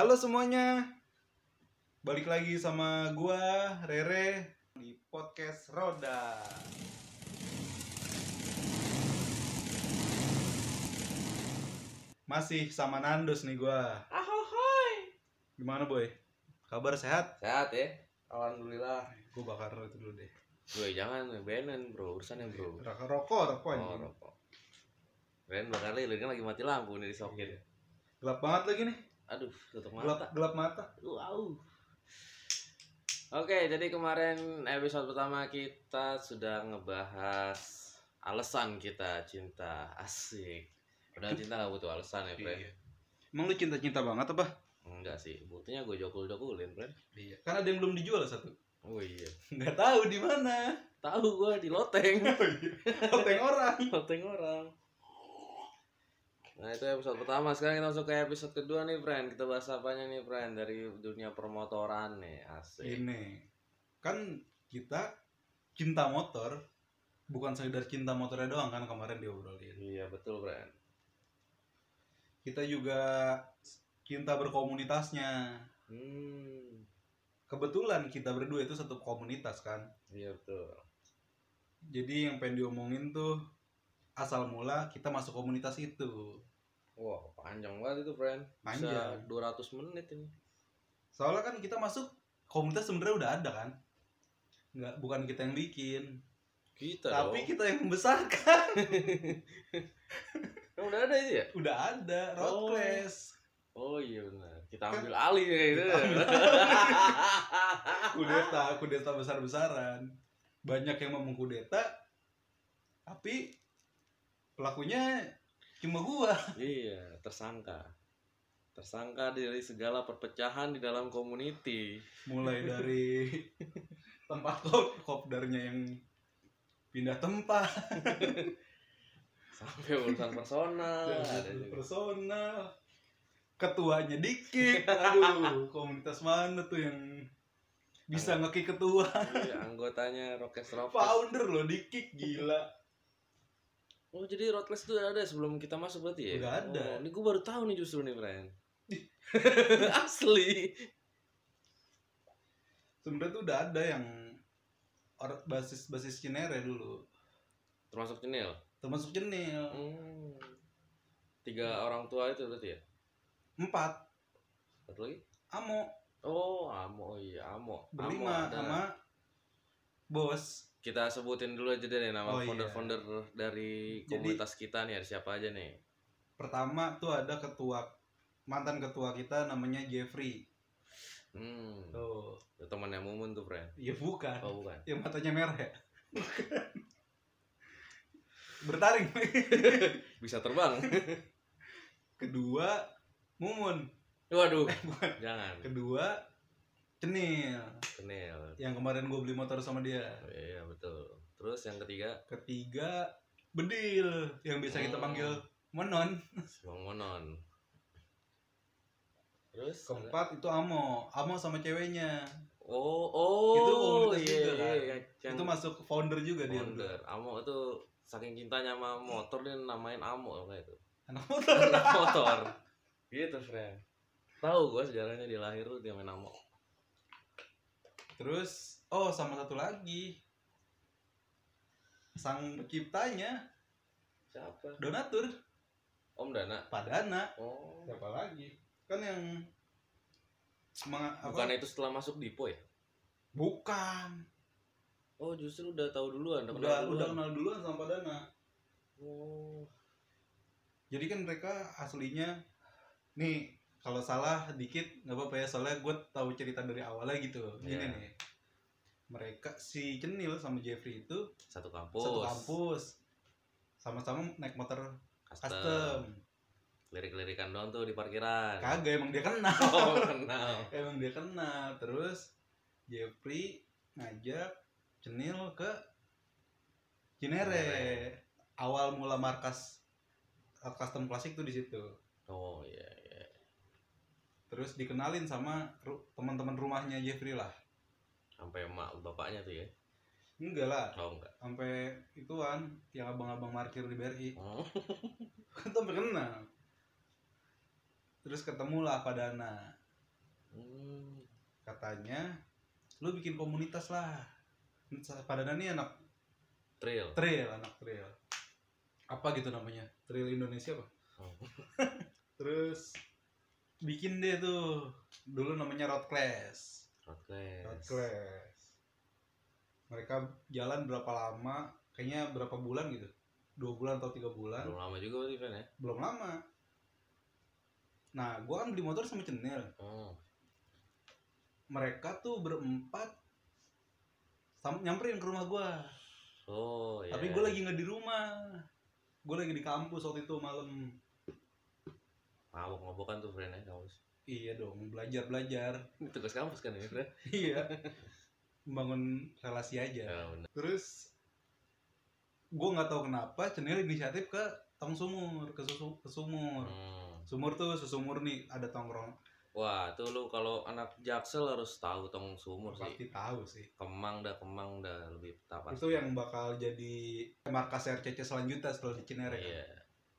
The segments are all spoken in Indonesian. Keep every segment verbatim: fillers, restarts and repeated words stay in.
Halo semuanya, balik lagi sama gua Rere di podcast Roda. Masih sama Nandos nih gua. Ahoy. Gimana boy? Kabar sehat? Sehat ya, alhamdulillah. Gua bakar itu dulu deh. Gue jangan benen bro, urusannya bro. Rokok rokok rokok Oh anjing. rokok. Keren bakal lagi kan lagi mati lampu nih di soket. Gelap banget lagi nih. Aduh, tutup Gelap mata. gelap mata. Wow. Oke, jadi kemarin episode pertama kita sudah ngebahas alasan kita cinta. Asik. Padahal cinta gak butuh alasan ya, friend. Iya. Emang lu cinta-cinta banget apa? Enggak sih, buktinya gue jokul-jokulin, friend. Iya. Kan ada yang belum dijual satu. Oh iya. Nggak tahu di mana. Tahu gue di loteng. Loteng orang. Loteng orang. Nah itu episode pertama. Sekarang kita masuk ke episode kedua nih, friend. Kita bahas apanya nih, friend? Dari dunia permotoran nih, asik. Ini kan kita cinta motor, bukan sekedar cinta motornya doang kan kemarin diobrolin. Iya betul, friend. Kita juga cinta berkomunitasnya. Hmm, Kebetulan kita berdua itu satu komunitas kan. iya betul. Jadi yang pengen diomongin tuh asal mula kita masuk komunitas itu. Wah panjang banget itu, friend. Bisa Panjang. dua ratus menit ini. Soalnya kan kita masuk komunitas sebenarnya udah ada kan. Nggak, bukan kita yang bikin. Kita Tapi dong. kita yang membesarkan. Emang udah ada itu ya? Udah ada road Oh. class. Oh iya benar. Kita ambil alih kayak gitu. Kudeta, kudeta besar-besaran. Banyak yang mau mengkudeta, tapi pelakunya cuma gua. Iya, tersangka. Tersangka dari segala perpecahan di dalam community. Mulai dari tempat kop, kopdarnya yang pindah tempat, Sampai urusan personal. Ada dari juga. personal, ketuanya dikit. Aduh, komunitas mana tuh yang bisa nge-kick ketua? Iya, anggotanya Rokes Rokes. Founder loh di-kick, gila. Oh jadi Roadclass itu ada sebelum kita masuk berarti ya? Udah ada. Oh, ini gue baru tahu nih justru nih, friend. Asli. Sebenarnya tuh udah ada yang or- basis basis Cinere dulu, Termasuk Cenil. termasuk Cenil. Hmm. Tiga orang tua itu berarti ya? Empat, Satu lagi? Amo Oh, Amo. Oh iya, Amo. berlima Amo ada. sama Bos. Kita sebutin dulu aja deh nama Oh, iya. founder-founder dari Jadi- komunitas kita nih, ada siapa aja nih? Pertama tuh ada ketua, mantan ketua kita namanya Jeffrey. Hmm. Tuh, Itu temannya Mumun tuh, friend. ya bukan. Oh, bukan. Yang matanya merah ya. Bertaring. Bisa terbang. Kedua Mumun. Waduh. Bukan. Jangan. Kedua Cenil, Cenil. yang kemarin gue beli motor sama dia. Oh, iya, betul. Terus yang ketiga, Ketiga Bedil, yang biasa kita Hmm. panggil Monon. Bang Monon. Terus Keempat itu Amo, Amo sama ceweknya. Oh, oh. Itu komunitas iya, juga kan. iya, yang Itu masuk founder juga dia. founder. Amo itu saking cintanya sama motor dia namain Amo kayak itu. Anak motor. Anak motor. Gitu, friend. Tahu gua sejarahnya dia lahir tuh dia main Amo. Terus, oh sama satu lagi, sang penciptanya Siapa? donatur Om Dana. Padana. Oh. Siapa lagi? Kan yang meng- apa? Bukan itu setelah masuk Dipo ya? Bukan. Oh, justru udah tahu duluan, udah, Udah kenal udah duluan. kenal duluan sama Padana. Oh. Jadi kan mereka aslinya nih, kalau salah dikit nggak apa-apa ya, soalnya gue tahu cerita dari awalnya gitu. Gini Iya. nih, mereka si Cenil sama Jeffrey itu Satu kampus. satu kampus, sama-sama naik motor Custom. custom. Lirik-lirikan doang tuh di parkiran. Kagak, emang dia kenal. Oh, kenal. Emang dia kenal. Terus Jeffrey ngajak Cenil ke Cinere. Cinere. Awal mula markas uh, custom klasik tuh di situ. Oh iya iya. Terus dikenalin sama ru- teman-teman rumahnya Jeffrey lah. Sampai emak bapaknya tuh ya. Enggak lah, Oh enggak. sampai ituan yang abang-abang parkir di B R I. Oh. Kan sampai kenal. Terus ketemulah Padana. Hmm. Katanya lu bikin komunitas lah. Padahal ini anak Trail. trail, anak trail. Apa gitu namanya? Trail Indonesia apa? Oh. Terus bikin deh tuh. Dulu namanya Road Class. Road Class. Road Class. Mereka jalan berapa lama? Kayaknya berapa bulan gitu? Dua bulan atau tiga bulan? Belum lama juga berarti kan ya? Belum lama. Nah, gua kan beli motor sama Cenil. Oh. Mereka tuh berempat sam- nyamperin ke rumah gua. Oh ya. Tapi gua lagi nggak di rumah. Gua lagi di kampus waktu itu malam. Mabok-mabokan tuh friend ya kampus. Iya dong, belajar-belajar. Ini tugas kampus kan ya friend? Iya. Membangun relasi aja. Ya, bener. Terus gua nggak tahu kenapa Cenil inisiatif ke tong sumur, ke, susu, ke sumur. Hmm. Sumur tuh sesumur nih ada tongkrong. Wah, tuh lu kalau anak Jaksel harus tahu tong sumur sih. Pasti tahu sih. Kemang dah, Kemang dah lebih tapas. Itu yang bakal jadi markas R C C selanjutnya setelah di Cinere kan. Iya.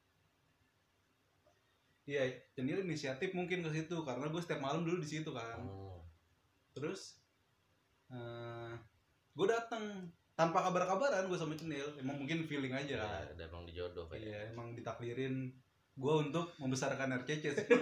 Iya, Cenil inisiatif mungkin ke situ karena gue setiap malam dulu di situ kan. Oh. Terus uh, gue datang tanpa kabar-kabaran gue sama Cenil. Emang mungkin feeling aja kan. Iya, dan emang dijodoh kayak. Iya, emang ditakdirin gue untuk membesarkan R C C sih.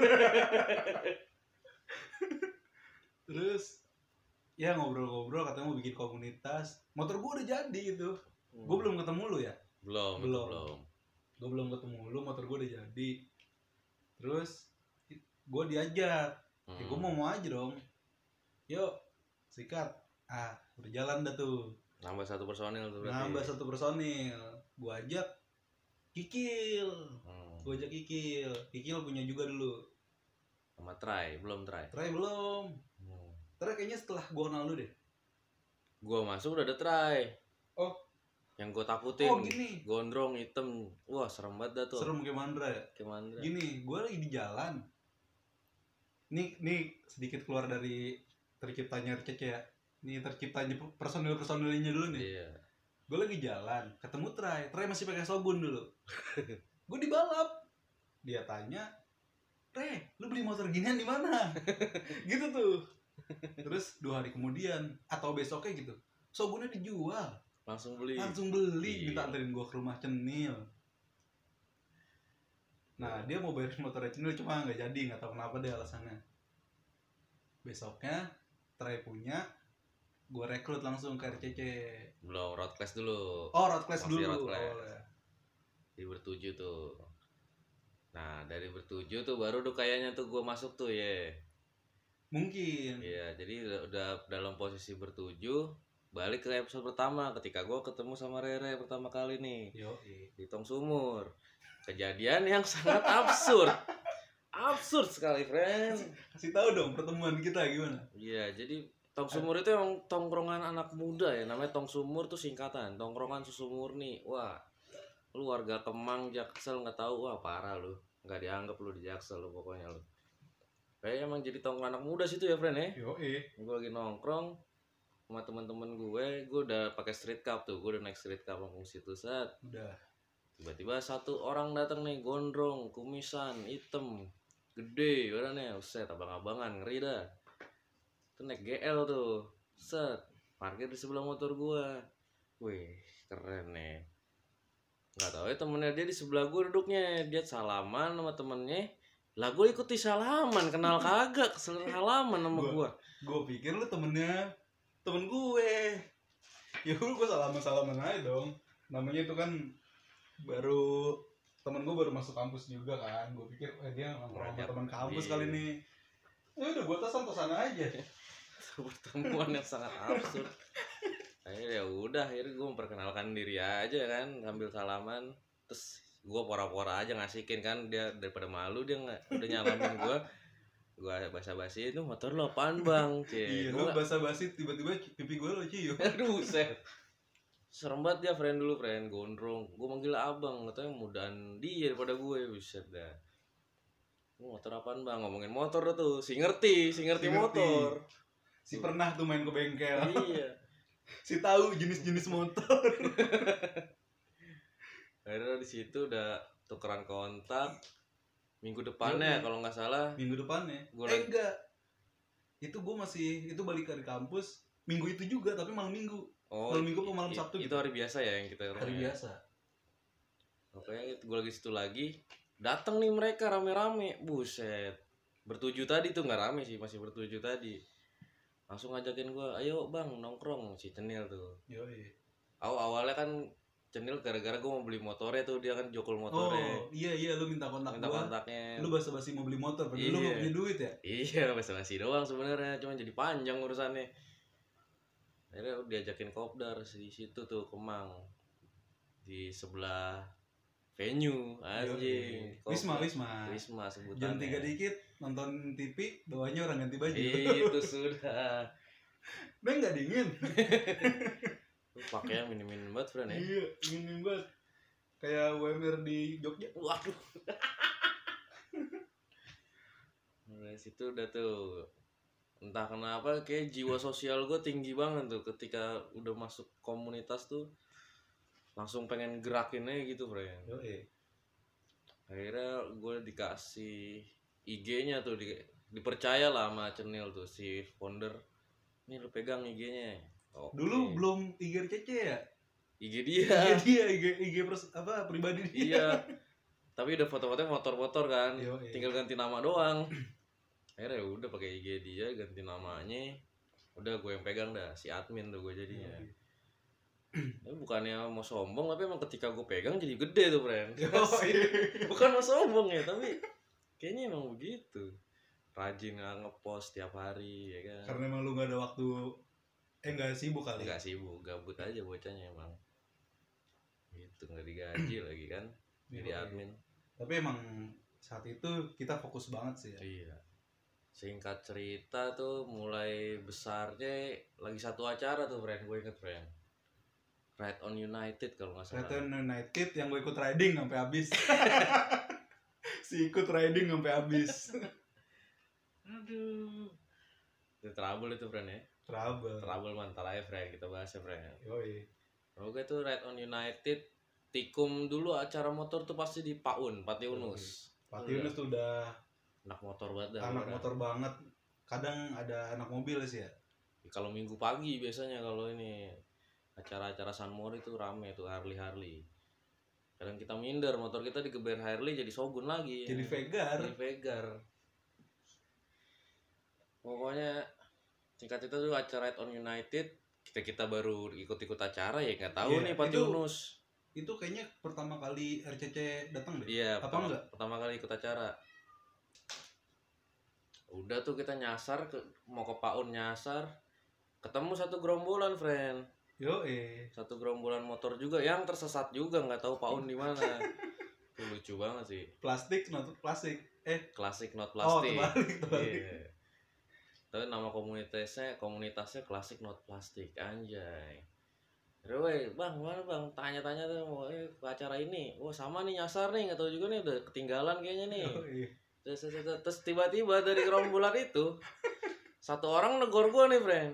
Terus ya ngobrol-ngobrol katanya mau bikin komunitas. Motor gue udah jadi itu. Hmm. Gue belum ketemu lu ya? Belum, Belum. itu belum. Gue belum ketemu lu, motor gue udah jadi. Terus gue diajak. Hmm. Ya gue mau mau aja dong. Yuk, sikat. Ah, udah jalan dah tuh. Nambah satu personil tuh berarti. Nambah satu personil. Gue ajak Kikil. Hmm. Gue ajak Kikil. Kikil punya juga dulu. Sama Try, belum Try. Try belum. Hmm. Try kayaknya setelah gue kenal lu deh. Gua masuk udah ada Try. Oh. Yang gue takutin. Oh gini. Gondrong hitam. Wah, serem banget dah tuh. Serem kayak Mandra ya. Kayak Mandra. Gini, gue lagi di jalan. Nih, nih sedikit keluar dari terciptanya R C C ya. Nih terciptanya personil-personilnya dulu nih. Iya. Gue lagi jalan, ketemu Try. Try masih pakai Shogun dulu. Gue dibalap. Dia tanya, "Re, lu beli motor ginian di mana?" Gitu tuh. Terus dua hari kemudian atau besoknya gitu, Shogunnya dijual. Langsung beli. Langsung beli, Iya. minta anterin gue ke rumah Cenil. Nah, dia mau beres motornya Cenil cuma nggak jadi, nggak tahu kenapa dia alasannya. Besoknya Try punya, gue rekrut langsung ke R C C. Belum, road class dulu. Oh, road class Masih dulu. road class. Oh, ya. Di bertujuh tuh. Nah, dari bertujuh tuh baru tuh kayaknya tuh gue masuk tuh ya. Mungkin. Iya, jadi udah, udah dalam posisi bertujuh. Balik ke episode pertama ketika gue ketemu sama Rere pertama kali nih. Yo, Di tong sumur. Kejadian yang sangat absurd. Absurd sekali, friend. kasih tahu dong pertemuan kita gimana? Iya, jadi tong sumur itu emang tongkrongan anak muda ya. Namanya tong sumur tuh singkatan. Tongkrongan susu murni. Wah, lu warga Kemang, Jaksel nggak tahu, wah parah lu. Nggak dianggap lu di Jaksel lu pokoknya lu. Kayaknya emang jadi tongkrongan anak muda situ ya, friend ya. Yo, eh. Gue lagi nongkrong sama teman-teman gue, gue udah pakai street cup tuh. Gue udah naik street cup langsung situ set. Udah. Tiba-tiba satu orang datang nih, gondrong, kumisan, hitam, gede, badannya, set, abang-abangan, ngeri dah. Itu naik G L tuh, set, parkir di sebelah motor gua. Wih, keren nih. Nggak tahu ya temennya dia di sebelah gua duduknya, dia salaman sama temennya. Lah gua ikuti salaman, kenal kagak, salaman sama gua. Gue pikir lu temennya temen gue. Ya udah gue salaman-salaman aja dong. Namanya itu kan baru temen gue baru masuk kampus juga kan. Gue pikir eh dia nongkrong sama teman kampus Iya. kali ini. Ya udah gue tasan-tasan aja. Pertemuan yang sangat absurd. Akhirnya ya udah, akhirnya gue memperkenalkan diri aja kan sambil salaman. Terus gue pora-pora aja ngasihin kan, dia daripada malu dia nggak udah nyalamin gue. Gue basa-basi, itu motor lo apaan bang? Iya, lu basa-basi tiba-tiba pipi gue lo cium. Aduh, set. Serem banget dia, friend dulu, friend gondrong. Gue manggil abang, katanya mudaan dia daripada gue, buset dah. Motor apaan bang? Ngomongin motor tuh, si ngerti, si ngerti Si ngerti. motor. Si pernah tuh main ke bengkel. Iya. Si tahu jenis-jenis motor. Akhirnya di situ udah tukeran kontak. Minggu depannya Iya. kalau nggak salah. Minggu depannya. Gua eh lagi- enggak. itu gue masih itu balik dari kampus minggu itu juga tapi malam minggu. Oh, malam minggu ke malam i- Sabtu itu gitu. hari biasa ya yang kita Hari ya? biasa. Pokoknya gue lagi situ lagi, datang nih mereka rame-rame, buset. Bertujuh tadi tuh, nggak rame sih, masih bertujuh tadi. Langsung ngajakin gue, ayo bang nongkrong, si Cenil tuh. Yoi. Aw awalnya kan Cenil gara-gara gue mau beli motornya tuh, dia kan jokol motornya. Oh iya iya lu minta kontak Minta gua. kontaknya. Lu basa-basi mau beli motor, padahal lu Iya. gak punya duit ya? Iya, basa-basi doang sebenarnya, cuma jadi panjang urusannya. Akhirnya udah diajakin kopdar di situ tuh Kemang, di sebelah venue anjing. Yoi. Wisma Kopdar. Wisma. Wisma sebutannya. Jam tiga dikit nonton T V, bawahnya orang ganti baju. Itu sudah. Bang nggak dingin? Lu pakainya minim-minim banget, friend ya. Iya, dingin banget. Kayak W M R di Jogja. Waduh. Dari situ udah tuh, entah kenapa kayak jiwa sosial gue tinggi banget tuh ketika udah masuk komunitas tuh, langsung pengen gerakin aja gitu, friend. Yoi. Akhirnya gue dikasih I G-nya tuh, di, dipercaya lah sama Cenil tuh si founder. Nih lu pegang I G-nya. Oke. Dulu belum I G R C C ya? I G I dia. G dia, I G I G pers, apa pribadi dia. Iya. Tapi udah foto-fotonya motor-motor kan. Yoi. Tinggal ganti nama doang. Akhirnya ya udah pakai I G dia, ganti namanya. Udah gue yang pegang dah, si admin tuh gue jadinya. Yoi. Tapi bukannya mau sombong, tapi emang ketika gue pegang jadi gede tuh, friend. Yoi. Bukan mau sombong ya, tapi kayaknya emang begitu. Rajin nge-post tiap hari ya kan. Karena emang lu gak ada waktu, eh gak sibuk kali. Enggak sibuk, gabut aja bocahnya emang. Gitu, nggak digaji lagi kan. Jadi Yoi. admin. Tapi emang saat itu kita fokus banget sih ya. Iya. Singkat cerita tuh mulai besarnya lagi satu acara tuh, friend, gue inget, friend. Ride on United kalau nggak salah. Return United yang gue ikut riding sampai habis. Si ikut riding sampai habis. Aduh. Itu trouble itu, friend ya. Trouble. Trouble mantar aja, friend, kita bahas ya, friend. Yoi. Kalau gue tuh Ride on United, tikum dulu acara motor tuh pasti di Paun, Pati Unus. Pak Yunus tuh udah Anak motor banget dah. anak udah. motor banget. Kadang ada anak mobil sih ya. Kalau minggu pagi biasanya kalau ini acara-acara San Mori itu rame tuh, Harley Harley. Kadang kita minder, motor kita digeber Harley jadi Shogun lagi. Jadi Vegar. Jadi Vegar. Pokoknya singkat itu tuh acara Ride on United, kita kita baru ikut-ikut acara ya, nggak tahu Iya, nih Pati itu- Unus. Itu kayaknya pertama kali R C C datang deh. Iya, Apa pertama, enggak? pertama kali ikut acara. Udah tuh kita nyasar ke, mau ke Paun nyasar, ketemu satu gerombolan, friend. Yo eh. Satu gerombolan motor juga yang tersesat juga, nggak tahu Paun di mana. Itu lucu banget sih. Plastik, not plastik. Eh, Klasik not oh plastik. terbalik, terbalik. Iya. Tapi nama komunitasnya komunitasnya Klasik not plastik, anjay. Terus, bang, mana bang? Tanya-tanya tuh, mau eh, ke acara ini. Oh sama nih nyasar nih, nggak tahu juga nih, udah ketinggalan kayaknya nih. Yo, eh. Terus, terus, terus, terus tiba-tiba dari gerombolan itu satu orang negor gue nih, friend.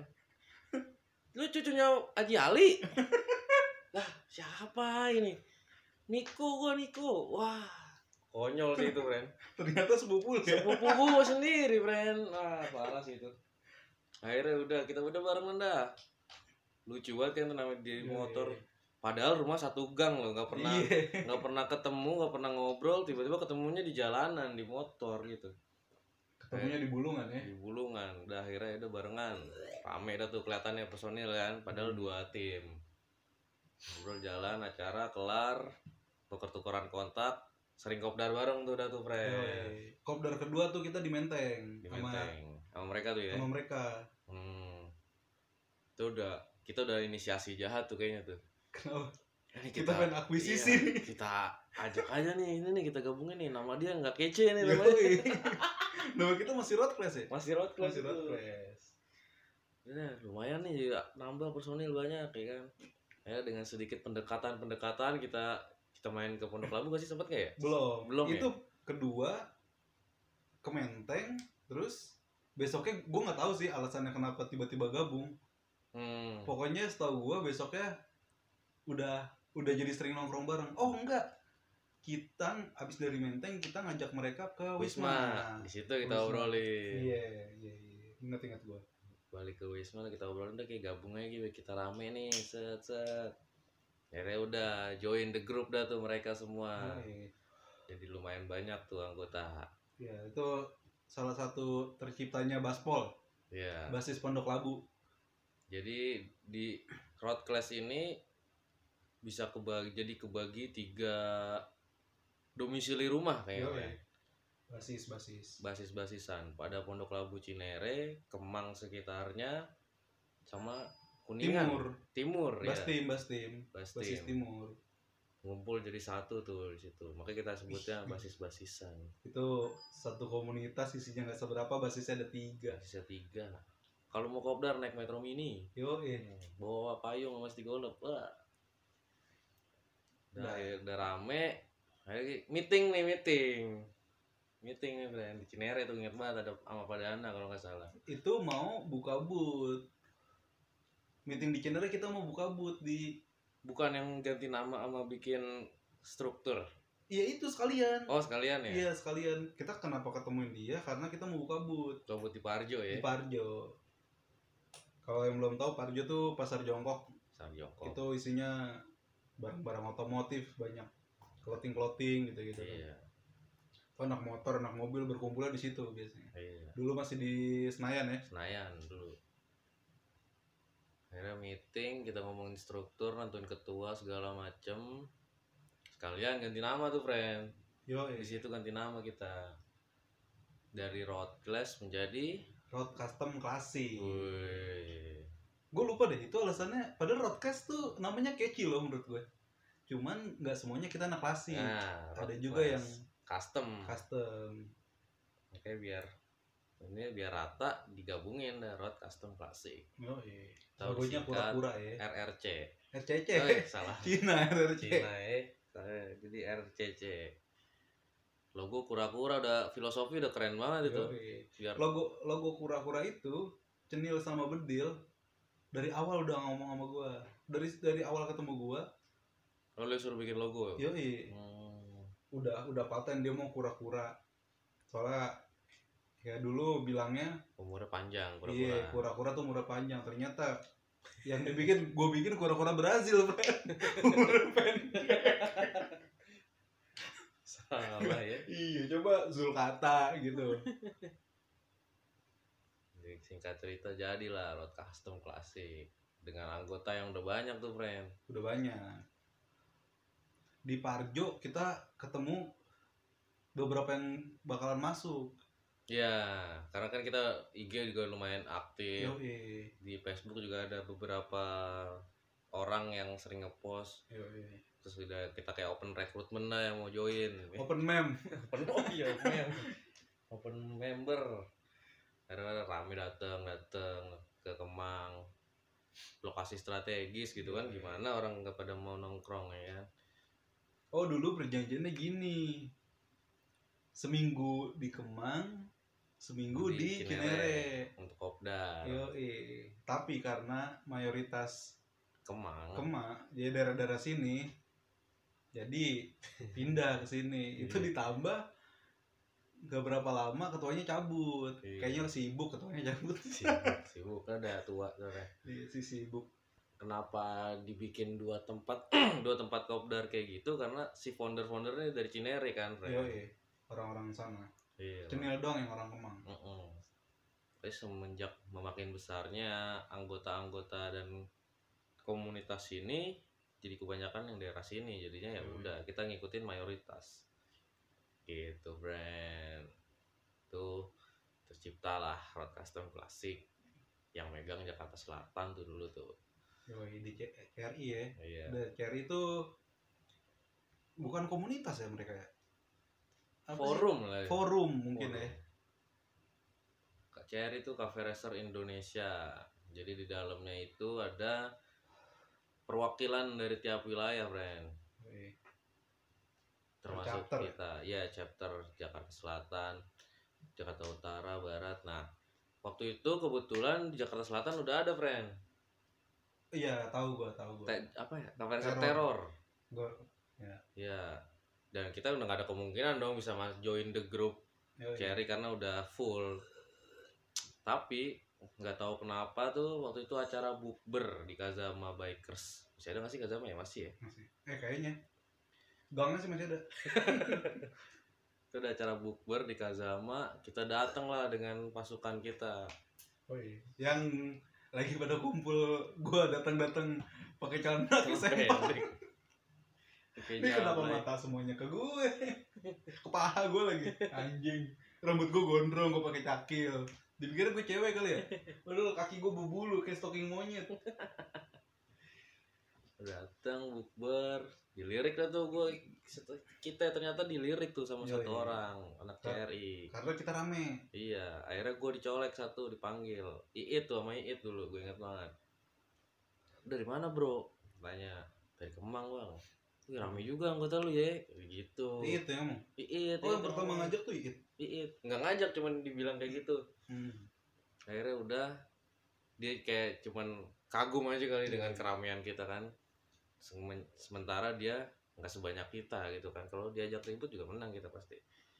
Lu cucunya Haji Ali? Lah siapa ini? Niko gue, Niko. Wah konyol sih itu, friend. Ternyata sepupu ya. Sepupu gue sendiri, friend. Wah parah sih itu. Akhirnya udah kita udah bareng dah. Lucu banget kan namanya di motor. Padahal rumah satu gang loh, nggak pernah Iya. nggak pernah ketemu, nggak pernah ngobrol, tiba-tiba ketemunya di jalanan, di motor gitu. Ketemunya di Bulungan ya. Di Bulungan. Udah akhirnya udah barengan. Rame dah tuh kelihatannya personil kan, padahal dua tim. Ngobrol jalan, acara kelar, tuker-tukeran kontak, sering kopdar bareng tuh dah tuh, Yo, friend. eh. Kopdar kedua tuh kita di Menteng. Di sama Menteng. Sama mereka tuh ya. sama mereka. Hmm. Itu udah kita udah inisiasi jahat tuh kayaknya tuh. Kenapa? Ini Kita pengen akuisisi iya, nih. kita ajak aja nih, ini nih kita gabungin nih. Nama dia nggak kece nih Yo, namanya. eh. Nama kita masih road class ya? Masih road class Masih road itu. class. Ya, lumayan nih juga nambah personil banyak ya kan. Ya dengan sedikit pendekatan-pendekatan kita kita main ke Pondok Labu gak sih, sempet gak ya? Belum. Belum Itu kedua ke Menteng, terus besoknya gue nggak tahu sih alasannya kenapa tiba-tiba gabung. Hmm. Pokoknya setahu gue besoknya udah udah jadi sering nongkrong bareng. Oh enggak, kita abis dari Menteng kita ngajak mereka ke Wisma. Wisma. Di situ kita Wisma. obrolin. Iya iya iya. Ingat ingat balik ke Wisma kita obrolin udah kayak gabung aja gitu kita rame nih set set akhirnya udah join the group dah tuh mereka semua. Yoi. Jadi lumayan banyak tuh anggota. Ya itu salah satu terciptanya Baspol, Ya. basis Pondok Labu. Jadi di road class ini bisa kebagi jadi kebagi tiga domisili rumah kayaknya. Basis basis. Basis-basisan pada Pondok Labu Cinere, Kemang sekitarnya, sama Kuningan. Timur. Timur ya. Bastim, Bastim. Bastim. Basis Timur. Ngumpul jadi satu tuh di situ. Makanya kita sebutnya basis-basisan. Itu satu komunitas isinya nggak seberapa, basisnya ada tiga. Basisnya tiga. Kalau mau kopdar naik Metro Mini. Yo, bawa payung sama digolep. Wah. Udah, Nah. udah rame. Ayo, meeting nih meeting. Meeting nih friend di Cinere tuh inget banget ada sama Padana kalau nggak salah. Itu mau buka booth. Meeting di Cinere kita mau buka booth di. Bukan yang ganti nama sama bikin struktur. Iya itu sekalian. Oh sekalian ya? Iya sekalian. Kita kenapa ketemuin dia? Karena kita mau buka booth. Coba di Parjo ya? Di Parjo. Kalau yang belum tahu, Parjo tuh pasar jongkok. Pasar jongkok. Itu isinya barang-barang otomotif banyak. Clothing-clothing gitu-gitu. Iya. Oh, anak motor, anak mobil berkumpulnya di situ biasanya. Iya. Dulu masih di Senayan ya. Senayan dulu. Akhirnya meeting, kita ngomongin struktur, nentuin ketua segala macem. Sekalian ganti nama tuh friend. Yo, Di situ ganti nama kita. Dari road class menjadi Road Custom Classic. Wih. Gue lupa deh itu alasannya. Padahal Roadcast tuh namanya catchy loh menurut gue. Cuman nggak semuanya kita anak klasik. Nah, Ada road juga class. yang custom. custom. Oke biar ini biar rata digabungin dah road custom klasik. Oh iya. Tahu Logonya disingkat pura-pura ya. R R C. R C C. Oh, iya, salah. Cina R R C. Cina ya. Saya jadi R C C. Logo kura-kura udah filosofi udah keren banget itu. Yoi. Biar Logo logo kura-kura itu Cenil sama Bedil dari awal udah ngomong sama gua. Dari dari awal ketemu gua. lo suruh bikin logo. Yoi. Hmm. Udah udah paten dia mau kura-kura. Soalnya ya dulu bilangnya Umurnya panjang kura-kura. iya kura-kura tuh umurnya panjang. Ternyata yang dibikin gue bikin kura-kura Brazil, umurnya pendek. Salah ya. Iya, coba Zulkata gitu. Jadi singkat cerita jadilah road custom klasik dengan anggota yang udah banyak tuh friend. Udah banyak. Di Parjo kita ketemu beberapa yang bakalan masuk. Ya, karena kan kita I G juga lumayan aktif. Yoi. Di Facebook juga ada beberapa orang yang sering ngepost. Yoi. Terus udah kita kayak open recruitment lah yang mau join. Open mem. Open oh iya, mem. Open member. Karena rame datang datang ke Kemang. Lokasi strategis gitu kan, gimana orang nggak pada mau nongkrong ya kan. Oh, dulu perjanjiannya gini. Seminggu di Kemang, seminggu di, di Cinere. Untuk kopdar. Yoi. Tapi karena mayoritas Kemang. Kemang, jadi daerah-daerah sini, jadi pindah ke sini. Itu ditambah gak berapa lama ketuanya cabut. Iya. Kayaknya sibuk ketuanya cabut. Sibuk, sibuk kan udah tua tuh. Iya sih sibuk. Kenapa dibikin dua tempat dua tempat kopdar kayak gitu? Karena si founder-foundernya dari Cinere kan, Yoi. Orang-orang sana. Iya. Cenil doang yang orang Kemang. Uh-uh. Tapi semenjak memakin besarnya anggota-anggota dan komunitas ini jadi kebanyakan yang daerah sini, jadinya ya Hmm. udah kita ngikutin mayoritas gitu brand tuh terciptalah road custom klasik yang megang Jakarta Selatan tuh dulu tuh. Yoi, di C R I ya. Iya. Udah, C R I itu bukan komunitas ya mereka ya? Apa sih? Forum lah ya. Forum mungkin Forum. ya. C R I itu Cafe Racer Indonesia. Jadi di dalamnya itu ada perwakilan dari tiap wilayah, friend. Yoi. Termasuk Chapter. kita, ya chapter Jakarta Selatan, Jakarta Utara, Barat. Nah, waktu itu kebetulan di Jakarta Selatan udah ada, friend. Iya, tahu gua, tahu gua. Te- apa ya? Cafe Racer Teror. Teror. Gua ya. Ya. Dan kita udah nggak ada kemungkinan dong bisa mas join the group Yoi. C R I karena udah full. Tapi nggak tahu kenapa tuh waktu itu acara bukber di Kazama Bikers. Masih ada nggak sih Kazama ya? Masih ya? Masih. Eh kayaknya. Gangnya sih masih ada. Itu ada acara bukber di Kazama, kita datang lah dengan pasukan kita. Oh iya. Yang lagi pada kumpul, gua datang-datang pakai celana ke sempak. Oke, Ini kenapa mata semuanya ke gue? Ke paha gue lagi, anjing. Rambut gue gondrong, gue pakai cakil. Dipikir gue cewek kali ya? Padahal kaki gue berbulu kayak stocking monyet. Datang bukber, dilirik lah tuh gue. Kita ternyata dilirik tuh sama Iya, satu iya. orang anak C R I. Karena kita rame. Iya, akhirnya gue dicolek satu, dipanggil. Iit tuh sama Iit dulu, gue inget banget. Dari mana bro? Tanya. Dari Kemang bang. Wih rame juga anggota lu ya, gitu. Iit ya emang. Iit. Oh yang pertama ngajak tuh Iit. Iit. Nggak ngajak, cuman dibilang kayak gitu. Hmm. Akhirnya udah dia kayak cuman kagum aja kali dengan keramaian kita kan. Semen- Sementara dia nggak sebanyak kita gitu kan. Kalau diajak ribut juga menang kita pasti.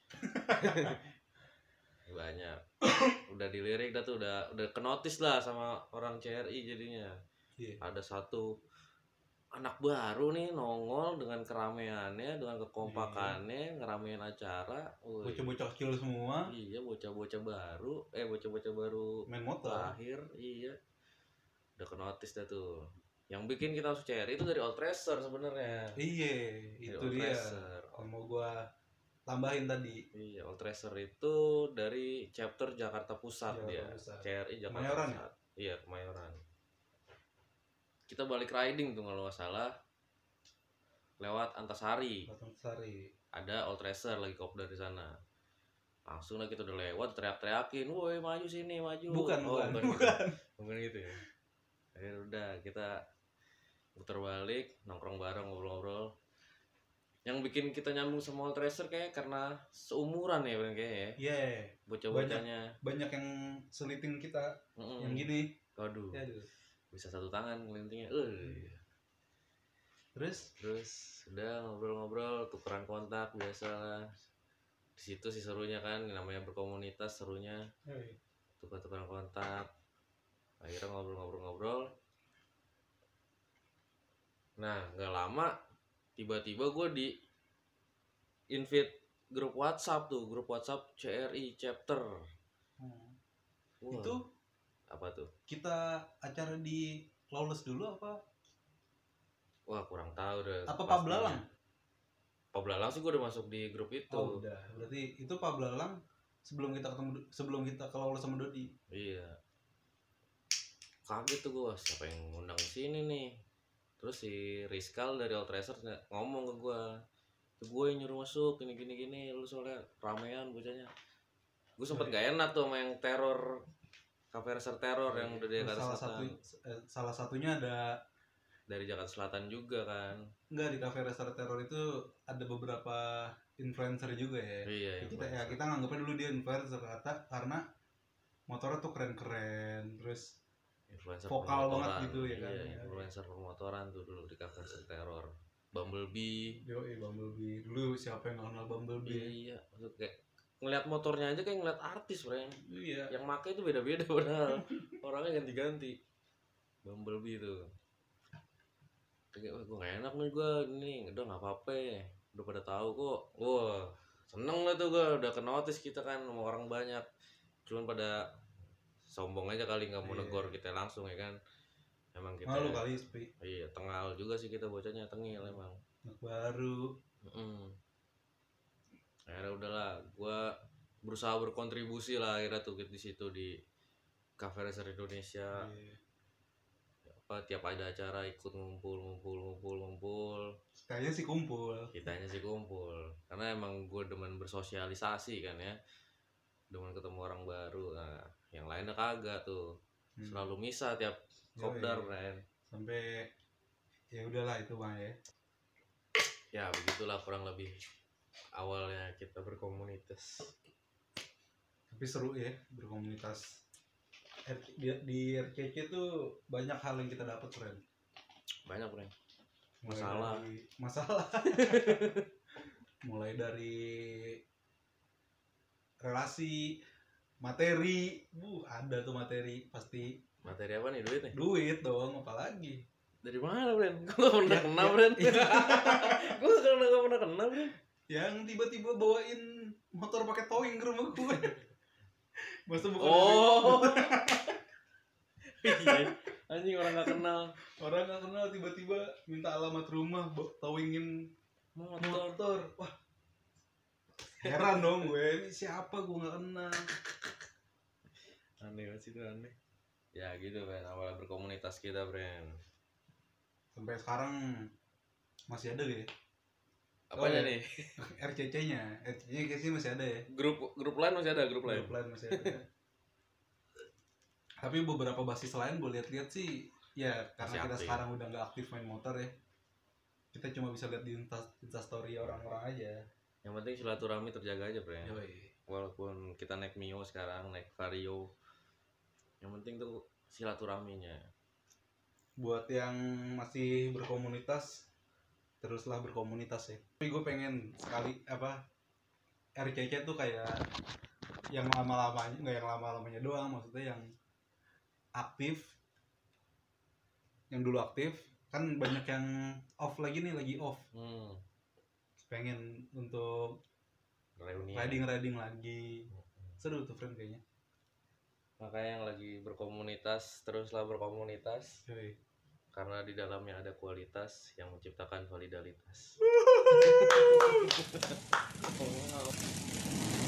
Banyak. Udah dilirik dah tuh, udah udah kenotis lah sama orang C R I jadinya. Yeah. Ada satu anak baru nih nongol dengan keramaiannya, dengan kekompakannya, ngeramein acara. Wih. Bocah-bocah kecil semua. Iya, bocah-bocah baru, eh bocah-bocah baru Main motor. lahir, iya. Udah kenotis dah tuh. Yang bikin kita masuk C R I itu dari Old Tracer sebenarnya. Iya, Dari itu Old dia. Tracer. Kalau mau gua tambahin tadi. Iya, Old Tracer itu dari chapter Jakarta Pusat Jakarta dia. Pusat. C R I Jakarta Kemayoran Pusat. Iya, Kemayoran. Kita balik riding tuh kalau nggak salah. Lewat Antasari. Batang Sari. Ada Old Tracer lagi kopdar di sana. Langsung lah kita udah lewat teriak-teriakin, "Woi, maju sini, maju." Bukan, oh, bukan, bukan. bukan. Gitu. Bukan gitu ya. Akhirnya udah kita putar balik, nongkrong bareng, ngobrol-ngobrol. Yang bikin kita nyambung sama Old Tracer kayak karena seumuran ya kayak ya. Iya. Yeah. Bocah-bocahnya. Banyak yang selitin kita. Mm-mm. Yang gini. Waduh. Aduh. Bisa satu tangan ngelintingnya. Uh. Terus Terus udah ngobrol-ngobrol, tukeran kontak biasa lah. Di situ sih serunya kan, namanya berkomunitas serunya. hey. Tukar-tukaran kontak. Akhirnya ngobrol-ngobrol-ngobrol. Nah, nggak lama tiba-tiba gue di invite grup WhatsApp tuh, grup WhatsApp C R I chapter. Hmm. Wah, Itu apa tuh? kita acara di Lawless dulu apa? Wah, kurang tahu deh. Apa pastinya. Pablalang? Pablalang sih gue udah masuk di grup itu. Oh, udah. Berarti itu Pablalang sebelum kita ketemu sebelum kita ke Lawless sama Dodi. Iya. Kaget tuh gue, siapa yang ngundang sini nih? Terus si Rizkal dari Old Tracer ngomong ke gue, itu gue yang nyuruh masuk, gini gini gini, lu soalnya ramean bocahnya. Gue sempet gak enak tuh sama yang teror, Cafe Racer teror yang udah dari Jakarta salah Selatan. satu eh, salah satunya ada Dari Jakarta Selatan juga kan. enggak di Cafe Racer Terror itu ada beberapa influencer juga ya. Iya, Ya, kita ya influencer. kita nganggapnya dulu dia influencer kata karena motornya tuh keren-keren, terus Influencer vokal permotoran. banget gitu ya kan. Iya, influencer permotoran tuh dulu di Cafe Racer teror. Bumblebee. Yo, eh Bumblebee. Dulu siapa yang nggak kenal Bumblebee? Iya, maksud kayak ngeliat motornya aja kayak ngeliat artis, Bro. Iya. Yang make itu beda-beda padahal orangnya ganti-ganti. Bumblebee tuh kayak wah gue gak enak nih gue ini udah nggak apa-apa udah pada tahu kok. Wah seneng lah tuh gue udah ke notice kita kan sama orang banyak, cuman pada sombong aja kali nggak mau Iya. negor kita langsung ya kan. Emang kita Malu kali Spi. iya tengal juga sih kita bocahnya, tengil emang. Anak baru. Mm-mm. Akhirnya udahlah gue berusaha berkontribusi lah akhirnya tuh di situ di Cafe Racer Indonesia. Iya. Apa tiap ada acara ikut ngumpul ngumpul ngumpul ngumpul. Kayaknya sih kumpul. Kitanya sih kumpul karena emang gue demen bersosialisasi kan ya, demen ketemu orang baru. Nah yang lainnya kagak tuh, Hmm. selalu misah tiap kopdar kan. Sampai ya udahlah itu mah ya. Ya begitulah kurang lebih awalnya kita berkomunitas. Tapi seru ya berkomunitas. R- Di, di R C C tuh banyak hal yang kita dapat, friend. Banyak Bro. Mulai Masalah. dari, masalah mulai dari relasi, materi, bu ada tuh materi pasti. Materi apa nih, duit nih? Duit dong, apalagi. Dari mana, Bren? Gue gak pernah Ya, kena, ya, Bren. ya. Gue gak pernah, gak pernah kena, Bren. Yang tiba-tiba bawain motor pakai towing ke rumah gue. Masa bukan Oh. Iya. Anjing orang gak kenal. orang gak kenal tiba-tiba minta alamat rumah, bawa towingin Motor. motor. Wah, heran dong gue, ini siapa, gue gak kenal. Aneh banget sih itu, aneh. Ya gitu, Bren. Awal berkomunitas kita, Bren. Sampai sekarang masih ada ya? Apa aja nih? R C C-nya, R C C-nya kayaknya masih ada ya. Grup grup lain masih ada, grup lain. Grup lain masih ada. Tapi beberapa basis lain gue lihat-lihat sih, ya karena Masih kita aktif. sekarang udah nggak aktif main motor ya. Kita cuma bisa lihat di Insta, Insta story orang-orang aja. Yang penting silaturahmi terjaga aja, Bren. Yoi. Walaupun kita naik Mio sekarang, naik Vario, yang penting tuh silaturahminya. Buat yang masih berkomunitas, teruslah berkomunitas ya. Tapi gue pengen sekali apa R C C tuh kayak yang lama-lamanya, nggak yang lama-lamanya doang, maksudnya yang aktif, yang dulu aktif, kan banyak yang off lagi nih, lagi off. Hmm. Pengen untuk Reuni. riding-riding lagi, seru tuh friend kayaknya. Makanya yang lagi berkomunitas, teruslah berkomunitas. Yoi. Karena di dalamnya ada kualitas yang menciptakan validalitas.